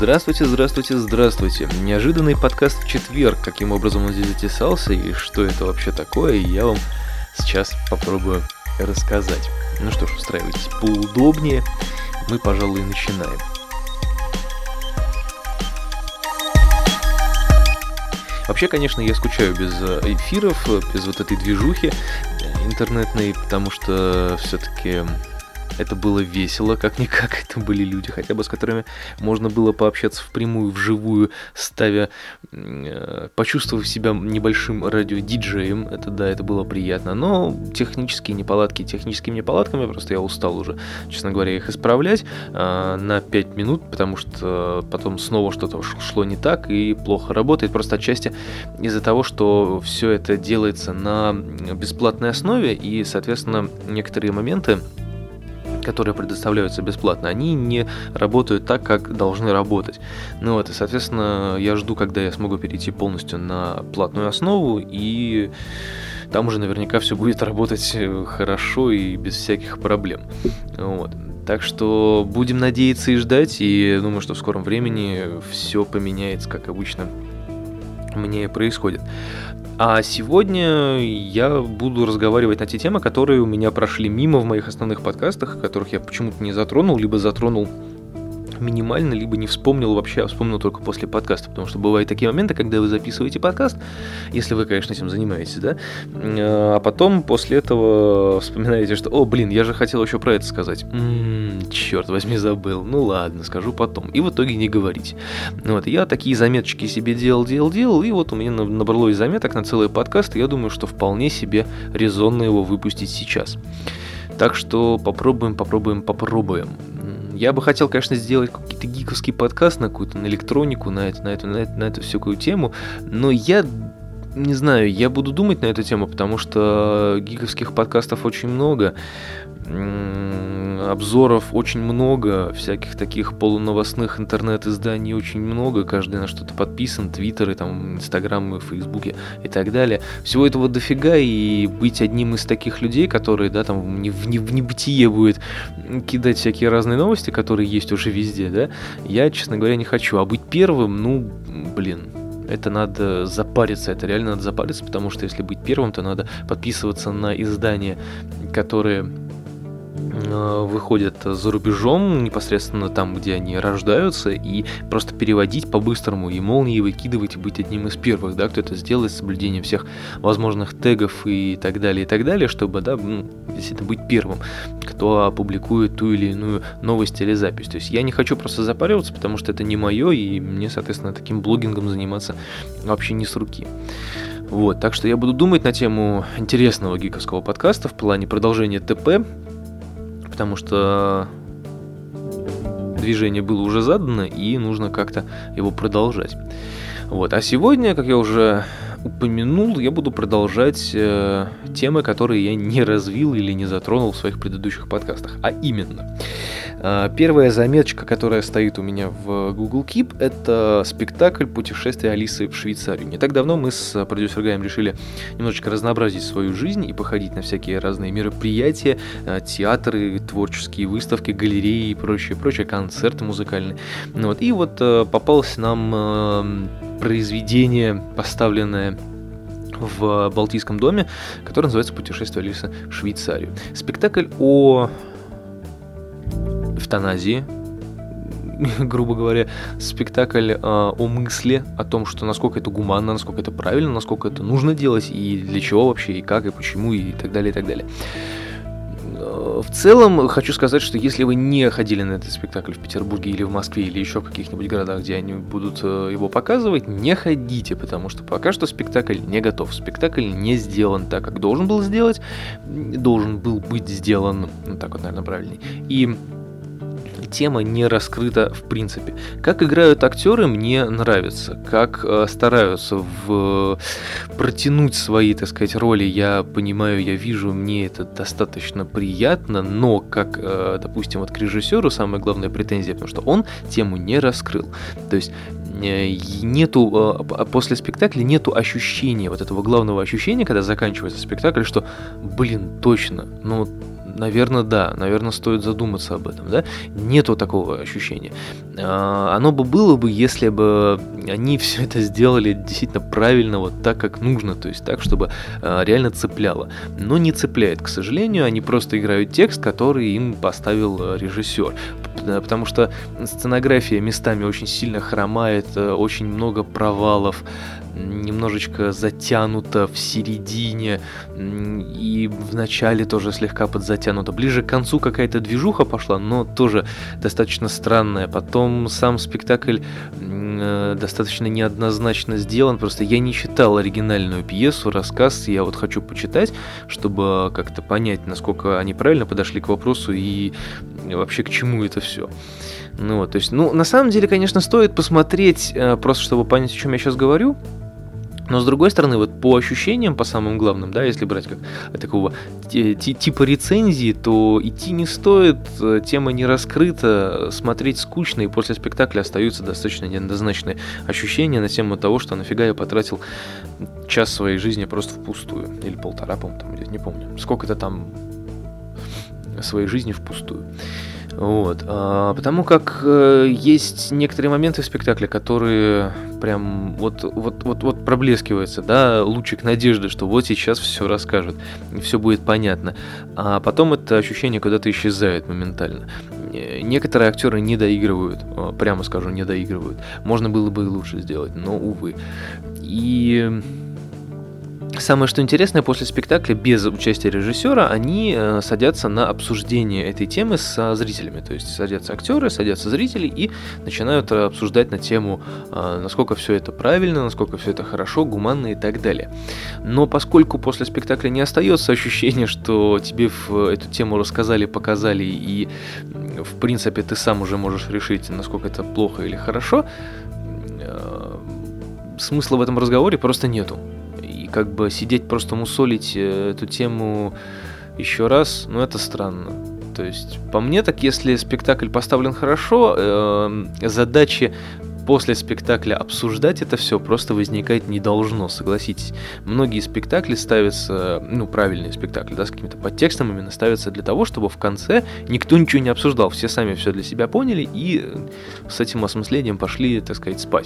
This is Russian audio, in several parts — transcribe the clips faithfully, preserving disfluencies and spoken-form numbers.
Здравствуйте, здравствуйте, здравствуйте. Неожиданный подкаст в четверг. Каким образом он здесь затесался и что это вообще такое, я вам сейчас попробую рассказать. Ну что ж, устраивайтесь поудобнее. Мы, пожалуй, начинаем. Вообще, конечно, я скучаю без эфиров, без вот этой движухи интернетной, потому что все-таки это было весело, как-никак, это были люди, хотя бы с которыми можно было пообщаться впрямую, вживую, ставя, э, почувствовав себя небольшим радиодиджеем, это да, это было приятно, но технические неполадки, техническими неполадками, просто я устал уже, честно говоря, их исправлять э, на пять минут, потому что потом снова что-то шло не так и плохо работает, просто отчасти из-за того, что все это делается на бесплатной основе, и, соответственно, некоторые моменты, которые предоставляются бесплатно, они не работают так, как должны работать. Ну вот, и, соответственно, я жду, когда я смогу перейти полностью на платную основу, и там уже наверняка все будет работать хорошо и без всяких проблем. Вот. Так что будем надеяться и ждать, и думаю, что в скором времени все поменяется, как обычно мне происходит. А сегодня я буду разговаривать на те темы, которые у меня прошли мимо в моих основных подкастах, которых я почему-то не затронул, либо затронул минимально, либо не вспомнил вообще, а вспомнил только после подкаста, потому что бывают такие моменты, когда вы записываете подкаст, если вы, конечно, этим занимаетесь, да, а потом после этого вспоминаете, что, о, блин, я же хотел еще про это сказать, м-м, черт возьми, забыл, ну ладно, скажу потом, и в итоге не говорить. Вот, я такие заметочки себе делал, делал, делал, и вот у меня набралось заметок на целый подкаст, и я думаю, что вполне себе резонно его выпустить сейчас. Так что попробуем, попробуем, попробуем. Я бы хотел, конечно, сделать какой-то гиковский подкаст на какую-то на электронику, на эту, на эту, на эту, на эту всякую тему, но я не знаю, я буду думать на эту тему, потому что гиковских подкастов очень много, обзоров очень много, всяких таких полуновостных интернет-изданий очень много, каждый на что-то подписан, твиттеры, там, инстаграмы, фейсбуки и так далее. Всего этого дофига, и быть одним из таких людей, которые, да, там, в, не, в небытие будет кидать всякие разные новости, которые есть уже везде, да, я, честно говоря, не хочу. А быть первым, ну, блин, это надо запариться, это реально надо запариться, потому что если быть первым, то надо подписываться на издания, которые выходят за рубежом, непосредственно там, где они рождаются, и просто переводить по-быстрому и молнией выкидывать, и быть одним из первых, да, кто это сделает с соблюдением всех возможных тегов и так далее, и так далее, чтобы, да, ну, действительно быть первым, кто опубликует ту или иную новость или запись. То есть я не хочу просто запариваться, потому что это не мое, и мне, соответственно, таким блогингом заниматься вообще не с руки. Вот, так что я буду думать на тему интересного гиковского подкаста в плане продолжения ТП, потому что движение было уже задано, и нужно как-то его продолжать. Вот. А сегодня, как я уже упомянул, я буду продолжать э, темы, которые я не развил или не затронул в своих предыдущих подкастах. А именно, э, первая заметочка, которая стоит у меня в Google Keep, это спектакль «Путешествие Алисы в Швейцарию». Не так давно мы с продюсером Гаем решили немножечко разнообразить свою жизнь и походить на всякие разные мероприятия, э, театры, творческие выставки, галереи и прочее, прочее, концерты музыкальные. Ну, вот. И вот э, попалось нам э, произведение, поставленное в Балтийском доме, который называется «Путешествие Алисы в Швейцарию». Спектакль о эвтаназии, грубо говоря, спектакль э, о мысли, о том, что насколько это гуманно, насколько это правильно, насколько это нужно делать, и для чего вообще, и как, и почему, и так далее, и так далее. В целом, хочу сказать, что если вы не ходили на этот спектакль в Петербурге или в Москве, или еще в каких-нибудь городах, где они будут его показывать, не ходите, потому что пока что спектакль не готов. Спектакль не сделан так, как должен был сделать, должен был быть сделан, ну, так вот, наверное, правильней. И тема не раскрыта в принципе. Как играют актеры, мне нравится. Как э, стараются в... протянуть свои, так сказать, роли, я понимаю, я вижу, мне это достаточно приятно, но как, э, допустим, вот к режиссеру самая главная претензия, потому что он тему не раскрыл. То есть э, нету, э, после спектакля нету ощущения, вот этого главного ощущения, когда заканчивается спектакль, что, блин, точно, ну наверное, да, наверное, стоит задуматься об этом, да, нету такого ощущения. Оно бы было бы, если бы они все это сделали действительно правильно, вот так, как нужно, то есть так, чтобы реально цепляло. Но не цепляет, к сожалению, они просто играют текст, который им поставил режиссер. Потому что сценография местами очень сильно хромает, очень много провалов, немножечко затянуто в середине, и в начале тоже слегка подзатянуто. Ближе к концу какая-то движуха пошла, но тоже достаточно странная. Потом сам спектакль э, достаточно неоднозначно сделан. Просто я не читал оригинальную пьесу, рассказ, я вот хочу почитать, чтобы как-то понять, насколько они правильно подошли к вопросу и вообще к чему это все. Ну вот, то есть, ну, на самом деле, конечно, стоит посмотреть, э, просто чтобы понять, о чем я сейчас говорю. Но с другой стороны, вот по ощущениям, по самым главным, да, если брать как такого типа рецензии, то идти не стоит, тема не раскрыта, смотреть скучно, и после спектакля остаются достаточно неоднозначные ощущения на тему того, что нафига я потратил час своей жизни просто впустую, или полтора, по-моему, там, не помню, сколько-то там своей жизни впустую. Вот, а, потому как э, есть некоторые моменты в спектакле, которые прям вот, вот, вот, вот проблескиваются, да, лучик надежды, что вот сейчас все расскажут, и все будет понятно. А потом это ощущение куда-то исчезает моментально. Некоторые актеры не доигрывают, прямо скажу, не доигрывают. Можно было бы и лучше сделать, но увы. И самое что интересное, после спектакля без участия режиссера они э, садятся на обсуждение этой темы со зрителями. То есть садятся актеры, садятся зрители и начинают обсуждать на тему, э, насколько все это правильно, насколько все это хорошо, гуманно и так далее. Но поскольку после спектакля не остается ощущения, что тебе в эту тему рассказали, показали, и в принципе ты сам уже можешь решить, насколько это плохо или хорошо, э, смысла в этом разговоре просто нету. Как бы сидеть просто мусолить эту тему еще раз, ну это странно. То есть, по мне так, если спектакль поставлен хорошо, э, задачи после спектакля обсуждать это все просто возникать не должно, согласитесь. Многие спектакли ставятся, ну правильные спектакли, да, с каким-то подтекстом именно ставятся для того, чтобы в конце никто ничего не обсуждал, все сами все для себя поняли и с этим осмыслением пошли, так сказать, спать.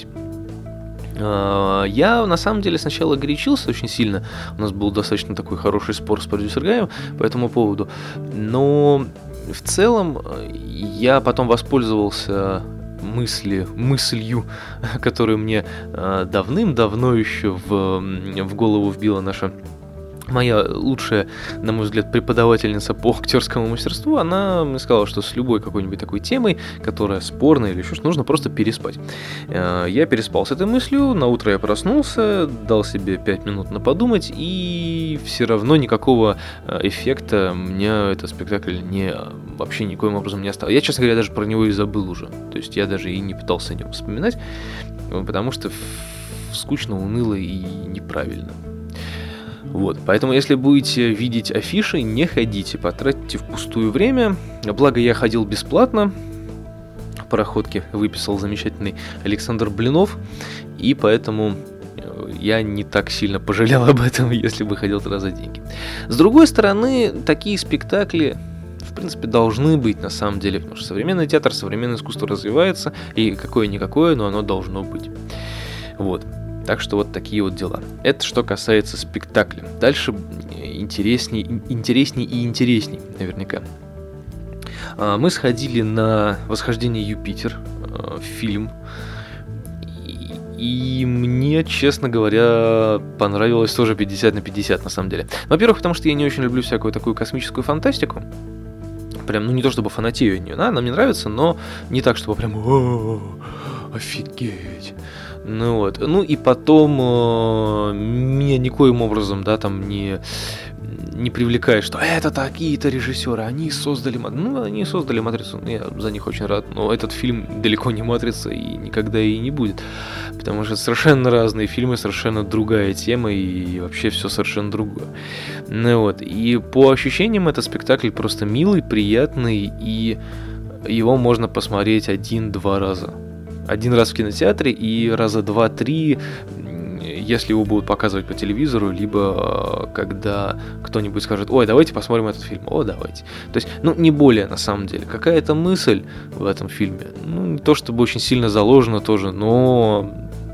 Я, на самом деле, сначала горячился очень сильно, у нас был достаточно такой хороший спор с продюсером по этому поводу, но в целом я потом воспользовался мысли, мыслью, которую мне давным-давно еще в, в голову вбила наша моя лучшая, на мой взгляд, преподавательница по актерскому мастерству. Она мне сказала, что с любой какой-нибудь такой темой, которая спорная или еще что, нужно просто переспать. Я переспал с этой мыслью, на утро я проснулся, дал себе пять минут на подумать, и все равно никакого эффекта мне этот спектакль не, вообще никоим образом не оставил. Я, честно говоря, даже про него и забыл уже. То есть я даже и не пытался о нем вспоминать, потому что скучно, уныло и неправильно. Вот, поэтому если будете видеть афиши, не ходите, потратите впустую время. Благо я ходил бесплатно, пароходки выписал замечательный Александр Блинов, и поэтому я не так сильно пожалел об этом, если бы ходил тогда за деньги. С другой стороны, такие спектакли, в принципе, должны быть на самом деле, потому что современный театр, современное искусство развивается, и какое-никакое, но оно должно быть. Вот. Так что вот такие вот дела. Это что касается спектакля. Дальше интересней, интересней и интересней, наверняка. Мы сходили на «Восхождение Юпитер», фильм. И мне, честно говоря, понравилось тоже пятьдесят на пятьдесят, на самом деле. Во-первых, потому что я не очень люблю всякую такую космическую фантастику. Прям, ну не то чтобы фанатею от нее, она, она мне нравится, но не так, чтобы прям «О, офигеть». Ну вот, ну и потом э, меня никоим образом, да, там не, не привлекает, что это такие-то режиссеры, они создали, ну, они создали «Матрицу», я за них очень рад, но этот фильм далеко не «Матрица» и никогда и не будет, потому что совершенно разные фильмы, совершенно другая тема и вообще все совершенно другое. Ну вот, и по ощущениям этот спектакль просто милый, приятный, и его можно посмотреть один-два раза. Один раз в кинотеатре и раза два-три если его будут показывать по телевизору, либо когда кто-нибудь скажет: ой, давайте посмотрим этот фильм, о, давайте. То есть, ну, не более, на самом деле. Какая-то мысль в этом фильме, ну, не то чтобы очень сильно заложена тоже, но...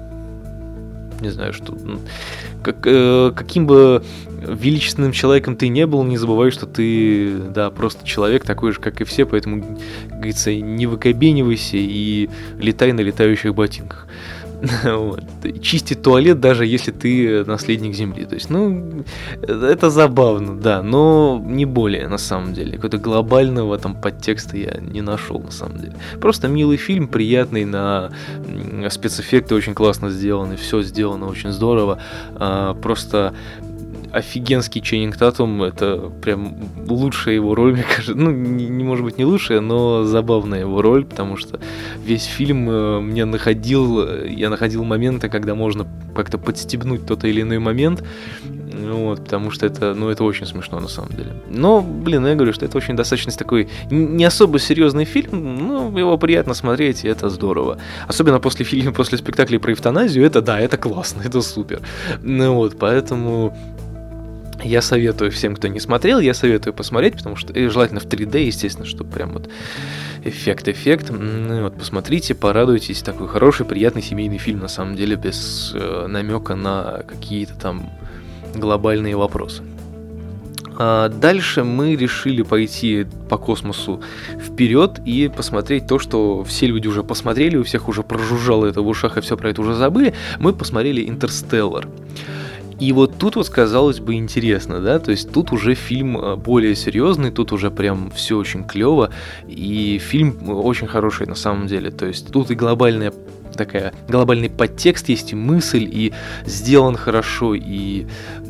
не знаю, что... Как, э, каким бы величественным человеком ты не был, не забывай, что ты, да, просто человек такой же, как и все, поэтому, как говорится, не выкобенивайся и летай на летающих ботинках. Вот. Чисти туалет, даже если ты наследник земли. То есть, ну, это забавно, да, но не более, на самом деле. Какого-то глобального там подтекста я не нашел, на самом деле. Просто милый фильм, приятный, на спецэффекты очень классно сделаны, все сделано очень здорово. Просто офигенский Ченнинг Татум, это прям лучшая его роль, мне кажется, ну, не, не может быть не лучшая, но забавная его роль, потому что весь фильм мне находил, я находил моменты, когда можно как-то подстебнуть тот или иной момент, вот, потому что это, ну, это очень смешно на самом деле. Но, блин, я говорю, что это очень достаточно такой не особо серьезный фильм, но его приятно смотреть, и это здорово. Особенно после фильма, после спектакля про эвтаназию, это, да, это классно, это супер. Ну вот, поэтому... я советую всем, кто не смотрел, я советую посмотреть, потому что и желательно в три дэ, естественно, чтобы прям вот эффект-эффект. Ну, вот, посмотрите, порадуйтесь. Такой хороший, приятный семейный фильм, на самом деле, без э, намека на какие-то там глобальные вопросы. А дальше мы решили пойти по космосу вперед и посмотреть то, что все люди уже посмотрели, у всех уже прожужжало это в ушах и все про это уже забыли. Мы посмотрели «Интерстеллар». И вот тут вот, казалось бы, интересно, да, то есть тут уже фильм более серьезный, тут уже прям все очень клево, и фильм очень хороший на самом деле, то есть тут и глобальная такая, глобальный подтекст есть, и мысль, и сделан хорошо, и...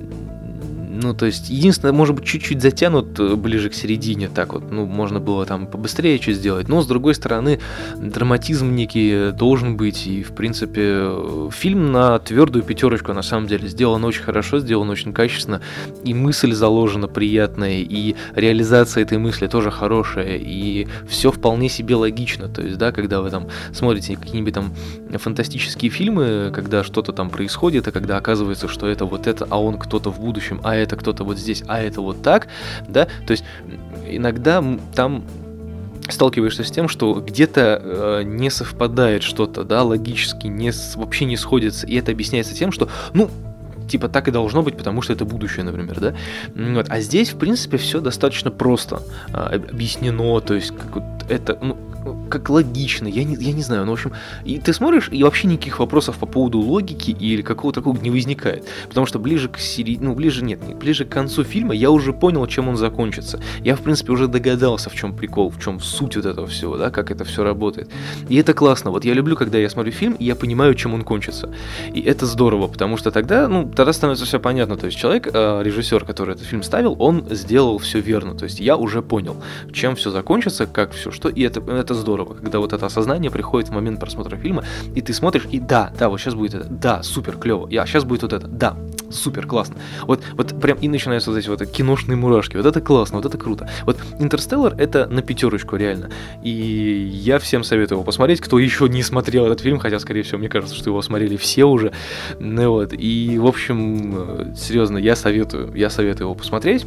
ну, то есть, единственное, может быть, чуть-чуть затянут ближе к середине, так вот, ну, можно было там побыстрее что сделать, но, с другой стороны, драматизм некий должен быть, и, в принципе, фильм на твердую пятерочку, на самом деле, сделан очень хорошо, сделан очень качественно, и мысль заложена приятная, и реализация этой мысли тоже хорошая, и все вполне себе логично, то есть, да, когда вы там смотрите какие-нибудь там фантастические фильмы, когда что-то там происходит, а когда оказывается, что это вот это, а он кто-то в будущем, а это кто-то вот здесь, а это вот так, да, то есть иногда там сталкиваешься с тем, что где-то э, не совпадает что-то, да, логически не, вообще не сходится, и это объясняется тем, что, ну, типа так и должно быть, потому что это будущее, например, да, вот. А здесь, в принципе, все достаточно просто э, объяснено, то есть как вот это, ну, как логично, я не, я не знаю, ну, в общем, и ты смотришь, и вообще никаких вопросов по поводу логики или какого-то такого не возникает, потому что ближе к середине, ну, ближе, нет, нет, ближе к концу фильма я уже понял, чем он закончится, я, в принципе, уже догадался, в чем прикол, в чем суть вот этого всего, да, как это все работает, и это классно, вот я люблю, когда я смотрю фильм, и я понимаю, чем он кончится, и это здорово, потому что тогда, ну, тогда становится все понятно, то есть человек, режиссер, который этот фильм ставил, он сделал все верно, то есть я уже понял, чем все закончится, как все, что, и это, это здорово, когда вот это осознание приходит в момент просмотра фильма, и ты смотришь, и да, да, вот сейчас будет это, да, супер, клево, я, сейчас будет вот это, да, супер, классно, вот, вот прям и начинаются вот эти вот киношные мурашки, вот это классно, вот это круто, вот «Интерстеллар» это на пятерочку реально, и я всем советую его посмотреть, кто еще не смотрел этот фильм, хотя, скорее всего, мне кажется, что его смотрели все уже, ну вот, и, в общем, серьезно, я советую, я советую его посмотреть,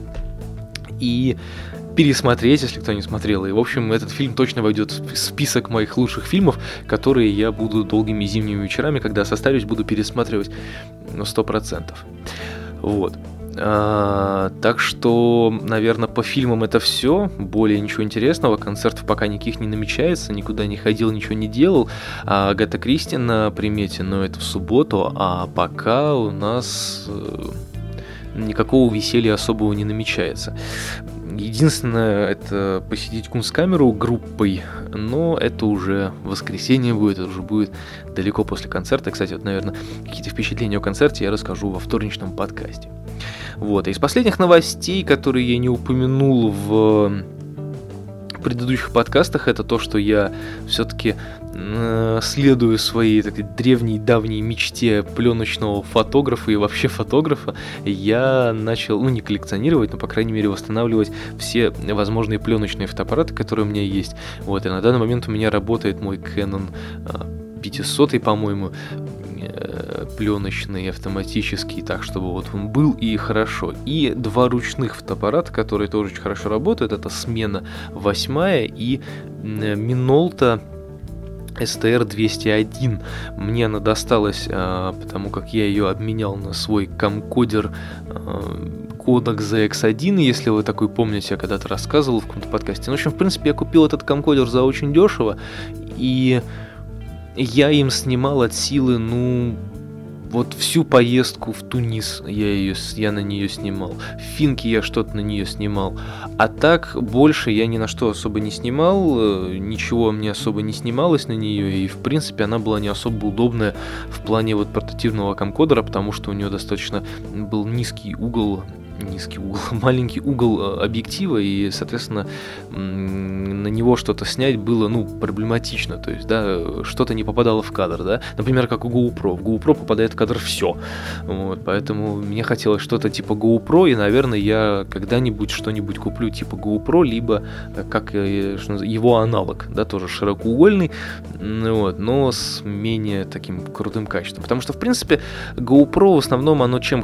и пересмотреть, если кто не смотрел. И, в общем, этот фильм точно войдет в список моих лучших фильмов, которые я буду долгими зимними вечерами, когда состарюсь, буду пересматривать на сто процентов. Вот. А, так что, наверное, по фильмам это все. Более ничего интересного. Концертов пока никаких не намечается. Никуда не ходил, ничего не делал. А Агата Кристи на примете, но это в субботу. А пока у нас никакого веселья особого не намечается. Единственное, это посетить Кунсткамеру группой, но это уже воскресенье будет, это уже будет далеко после концерта. Кстати, вот, наверное, какие-то впечатления о концерте я расскажу во вторничном подкасте. Вот, и из последних новостей, которые я не упомянул в предыдущих подкастах, это то, что я все-таки э, следую своей такой древней, давней мечте пленочного фотографа и вообще фотографа. Я начал, ну, не коллекционировать, но, по крайней мере, восстанавливать все возможные пленочные фотоаппараты, которые у меня есть. Вот, и на данный момент у меня работает мой Canon пятьсот, по-моему. э, пленочный, автоматический, так, чтобы вот он был и хорошо. И два ручных фотоаппарата, которые тоже очень хорошо работают, это смена восьмая и э, Minolta эс тэ эр двести один. Мне она досталась, а, потому как я ее обменял на свой камкодер а, Kodak зет икс один, если вы такой помните, я когда-то рассказывал в каком-то подкасте. Ну, в общем, в принципе, я купил этот камкодер за очень дешево, и я им снимал от силы, ну, вот всю поездку в Тунис я, ее, я на нее снимал. В Финке я что-то на нее снимал. А так больше я ни на что особо не снимал. Ничего мне особо не снималось на нее. И в принципе она была не особо удобная в плане вот портативного камкодера, потому что у нее достаточно был низкий угол. Низкий угол, маленький угол объектива, и, соответственно, на него что-то снять было, ну, проблематично, то есть, да, что-то не попадало в кадр, да, например, как у GoPro, в GoPro попадает в кадр все, вот, поэтому мне хотелось что-то типа GoPro, и, наверное, я когда-нибудь что-нибудь куплю типа GoPro, либо как его аналог, да, тоже широкоугольный, вот, но с менее таким крутым качеством, потому что, в принципе, GoPro в основном, оно чем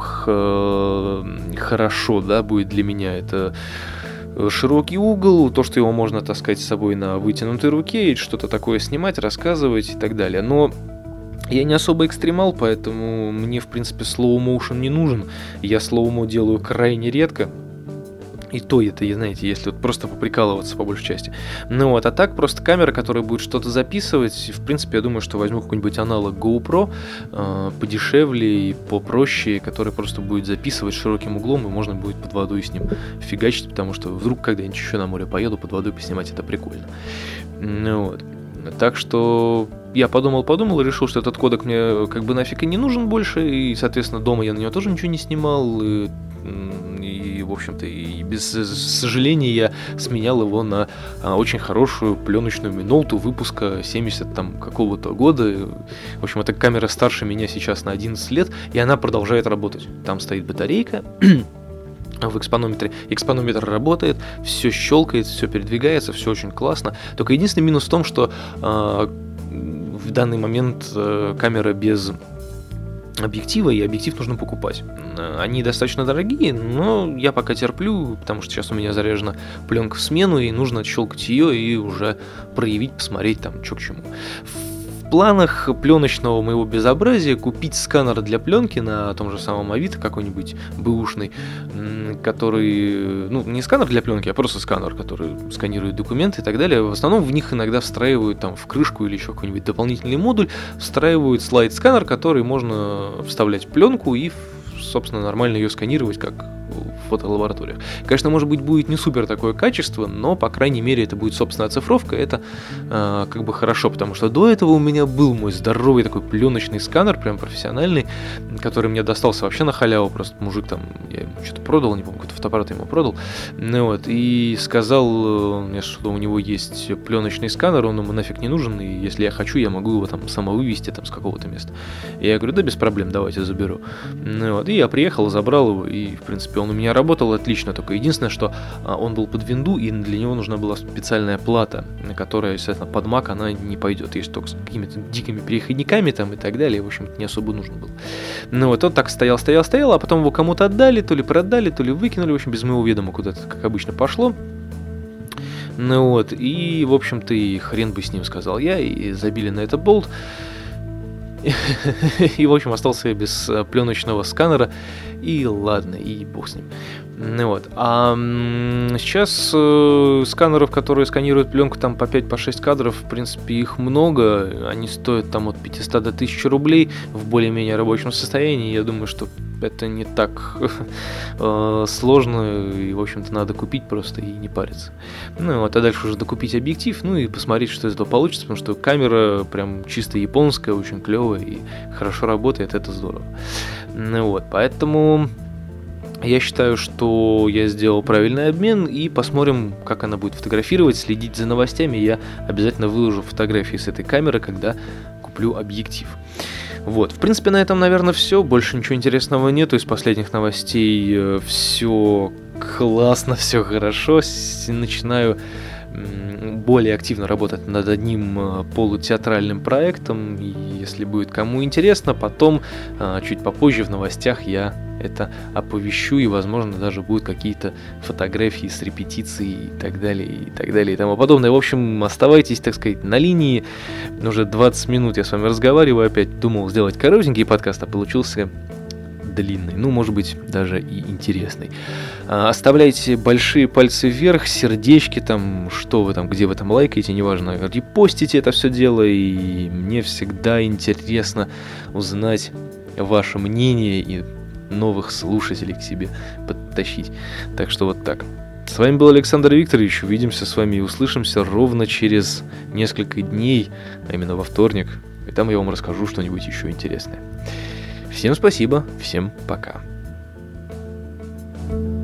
хорошо Хорошо, да, будет для меня это широкий угол, то, что его можно таскать с собой на вытянутой руке, и что-то такое снимать, рассказывать и так далее. Но я не особо экстремал, поэтому мне, в принципе, slow motion не нужен. Я slow-mo делаю крайне редко. И то это, знаете, если вот просто поприкалываться по большей части. Ну вот, а так просто камера, которая будет что-то записывать, в принципе, я думаю, что возьму какой-нибудь аналог GoPro, э, подешевле и попроще, который просто будет записывать широким углом, и можно будет под водой с ним фигачить, потому что вдруг когда-нибудь еще на море поеду, под водой поснимать, это прикольно. Ну вот. Так что я подумал-подумал и решил, что этот кодек мне как бы нафиг и не нужен больше, и, соответственно, дома я на него тоже ничего не снимал, и, и в общем-то, и без сожаления я сменял его на а, очень хорошую пленочную Minolta выпуска семидесятого там какого-то года. В общем, эта камера старше меня сейчас на одиннадцать лет, и она продолжает работать. Там стоит батарейка в экспонометре. Экспонометр работает, все щелкает, все передвигается, все очень классно. Только единственный минус в том, что э, в данный момент э, камера без объектива, и объектив нужно покупать. Они достаточно дорогие, но я пока терплю, потому что сейчас у меня заряжена пленка в смену, и нужно отщелкать ее и уже проявить, посмотреть там, что к чему. В планах пленочного моего безобразия купить сканер для пленки на том же самом Авито какой-нибудь бэушный, который, ну, не сканер для пленки, а просто сканер, который сканирует документы и так далее. В основном в них иногда встраивают там в крышку или еще какой-нибудь дополнительный модуль, встраивают слайд-сканер, который можно вставлять в пленку и, собственно, нормально ее сканировать, как в фотолабораториях. Конечно, может быть, будет не супер такое качество, но, по крайней мере, это будет собственная оцифровка, это э, как бы хорошо, потому что до этого у меня был мой здоровый такой пленочный сканер, прям профессиональный, который мне достался вообще на халяву, просто мужик там, я ему что-то продал, не помню, какой-то фотоаппарат ему продал, ну вот, и сказал мне, что у него есть пленочный сканер, он ему нафиг не нужен, и если я хочу, я могу его там самовывести там с какого-то места. И я говорю, да без проблем, давайте заберу. Ну вот, и я приехал, забрал его, и, в принципе, он у меня работал отлично, только единственное, что а, он был под винду, и для него нужна была специальная плата, на которая, естественно, под Mac она не пойдет, есть только с какими-то дикими переходниками там и так далее, в общем-то, не особо нужен был. Ну вот, он так стоял, стоял, стоял, а потом его кому-то отдали, то ли продали, то ли выкинули, в общем, без моего ведома куда-то, как обычно, пошло. Ну вот, и, в общем-то, и хрен бы с ним, сказал я, и забили на это болт. И, в общем, остался я без пленочного сканера. И ладно, и бог с ним. Ну вот. А сейчас э, сканеров, которые сканируют пленку там по пять-шесть кадров, в принципе, их много. Они стоят там от пятисот до тысячи рублей в более-менее рабочем состоянии. Я думаю, что это не так э, сложно. И, в общем-то, надо купить просто и не париться. Ну вот, а дальше уже докупить объектив, ну и посмотреть, что из этого получится, потому что камера прям чисто японская, очень клевая и хорошо работает, это здорово. Ну вот, поэтому я считаю, что я сделал правильный обмен, и посмотрим, как она будет фотографировать, следить за новостями. Я обязательно выложу фотографии с этой камеры, когда куплю объектив. Вот, в принципе, на этом, наверное, все. Больше ничего интересного нету. Из последних новостей все классно, все хорошо. Начинаю более активно работать над одним полутеатральным проектом. И если будет кому интересно, потом, чуть попозже в новостях я это оповещу, и, возможно, даже будут какие-то фотографии с репетицией и так далее, и так далее, и тому подобное. В общем, оставайтесь, так сказать, на линии. Уже двадцать минут я с вами разговариваю, опять думал сделать коротенький подкаст, а получился длинный, ну, может быть, даже и интересный. Оставляйте большие пальцы вверх, сердечки там, что вы там, где вы там лайкаете, неважно, репостите это все дело, и мне всегда интересно узнать ваше мнение и новых слушателей к себе подтащить. Так что вот так. С вами был Александр Викторович. Увидимся с вами и услышимся ровно через несколько дней, а именно во вторник. И там я вам расскажу что-нибудь еще интересное. Всем спасибо, всем пока.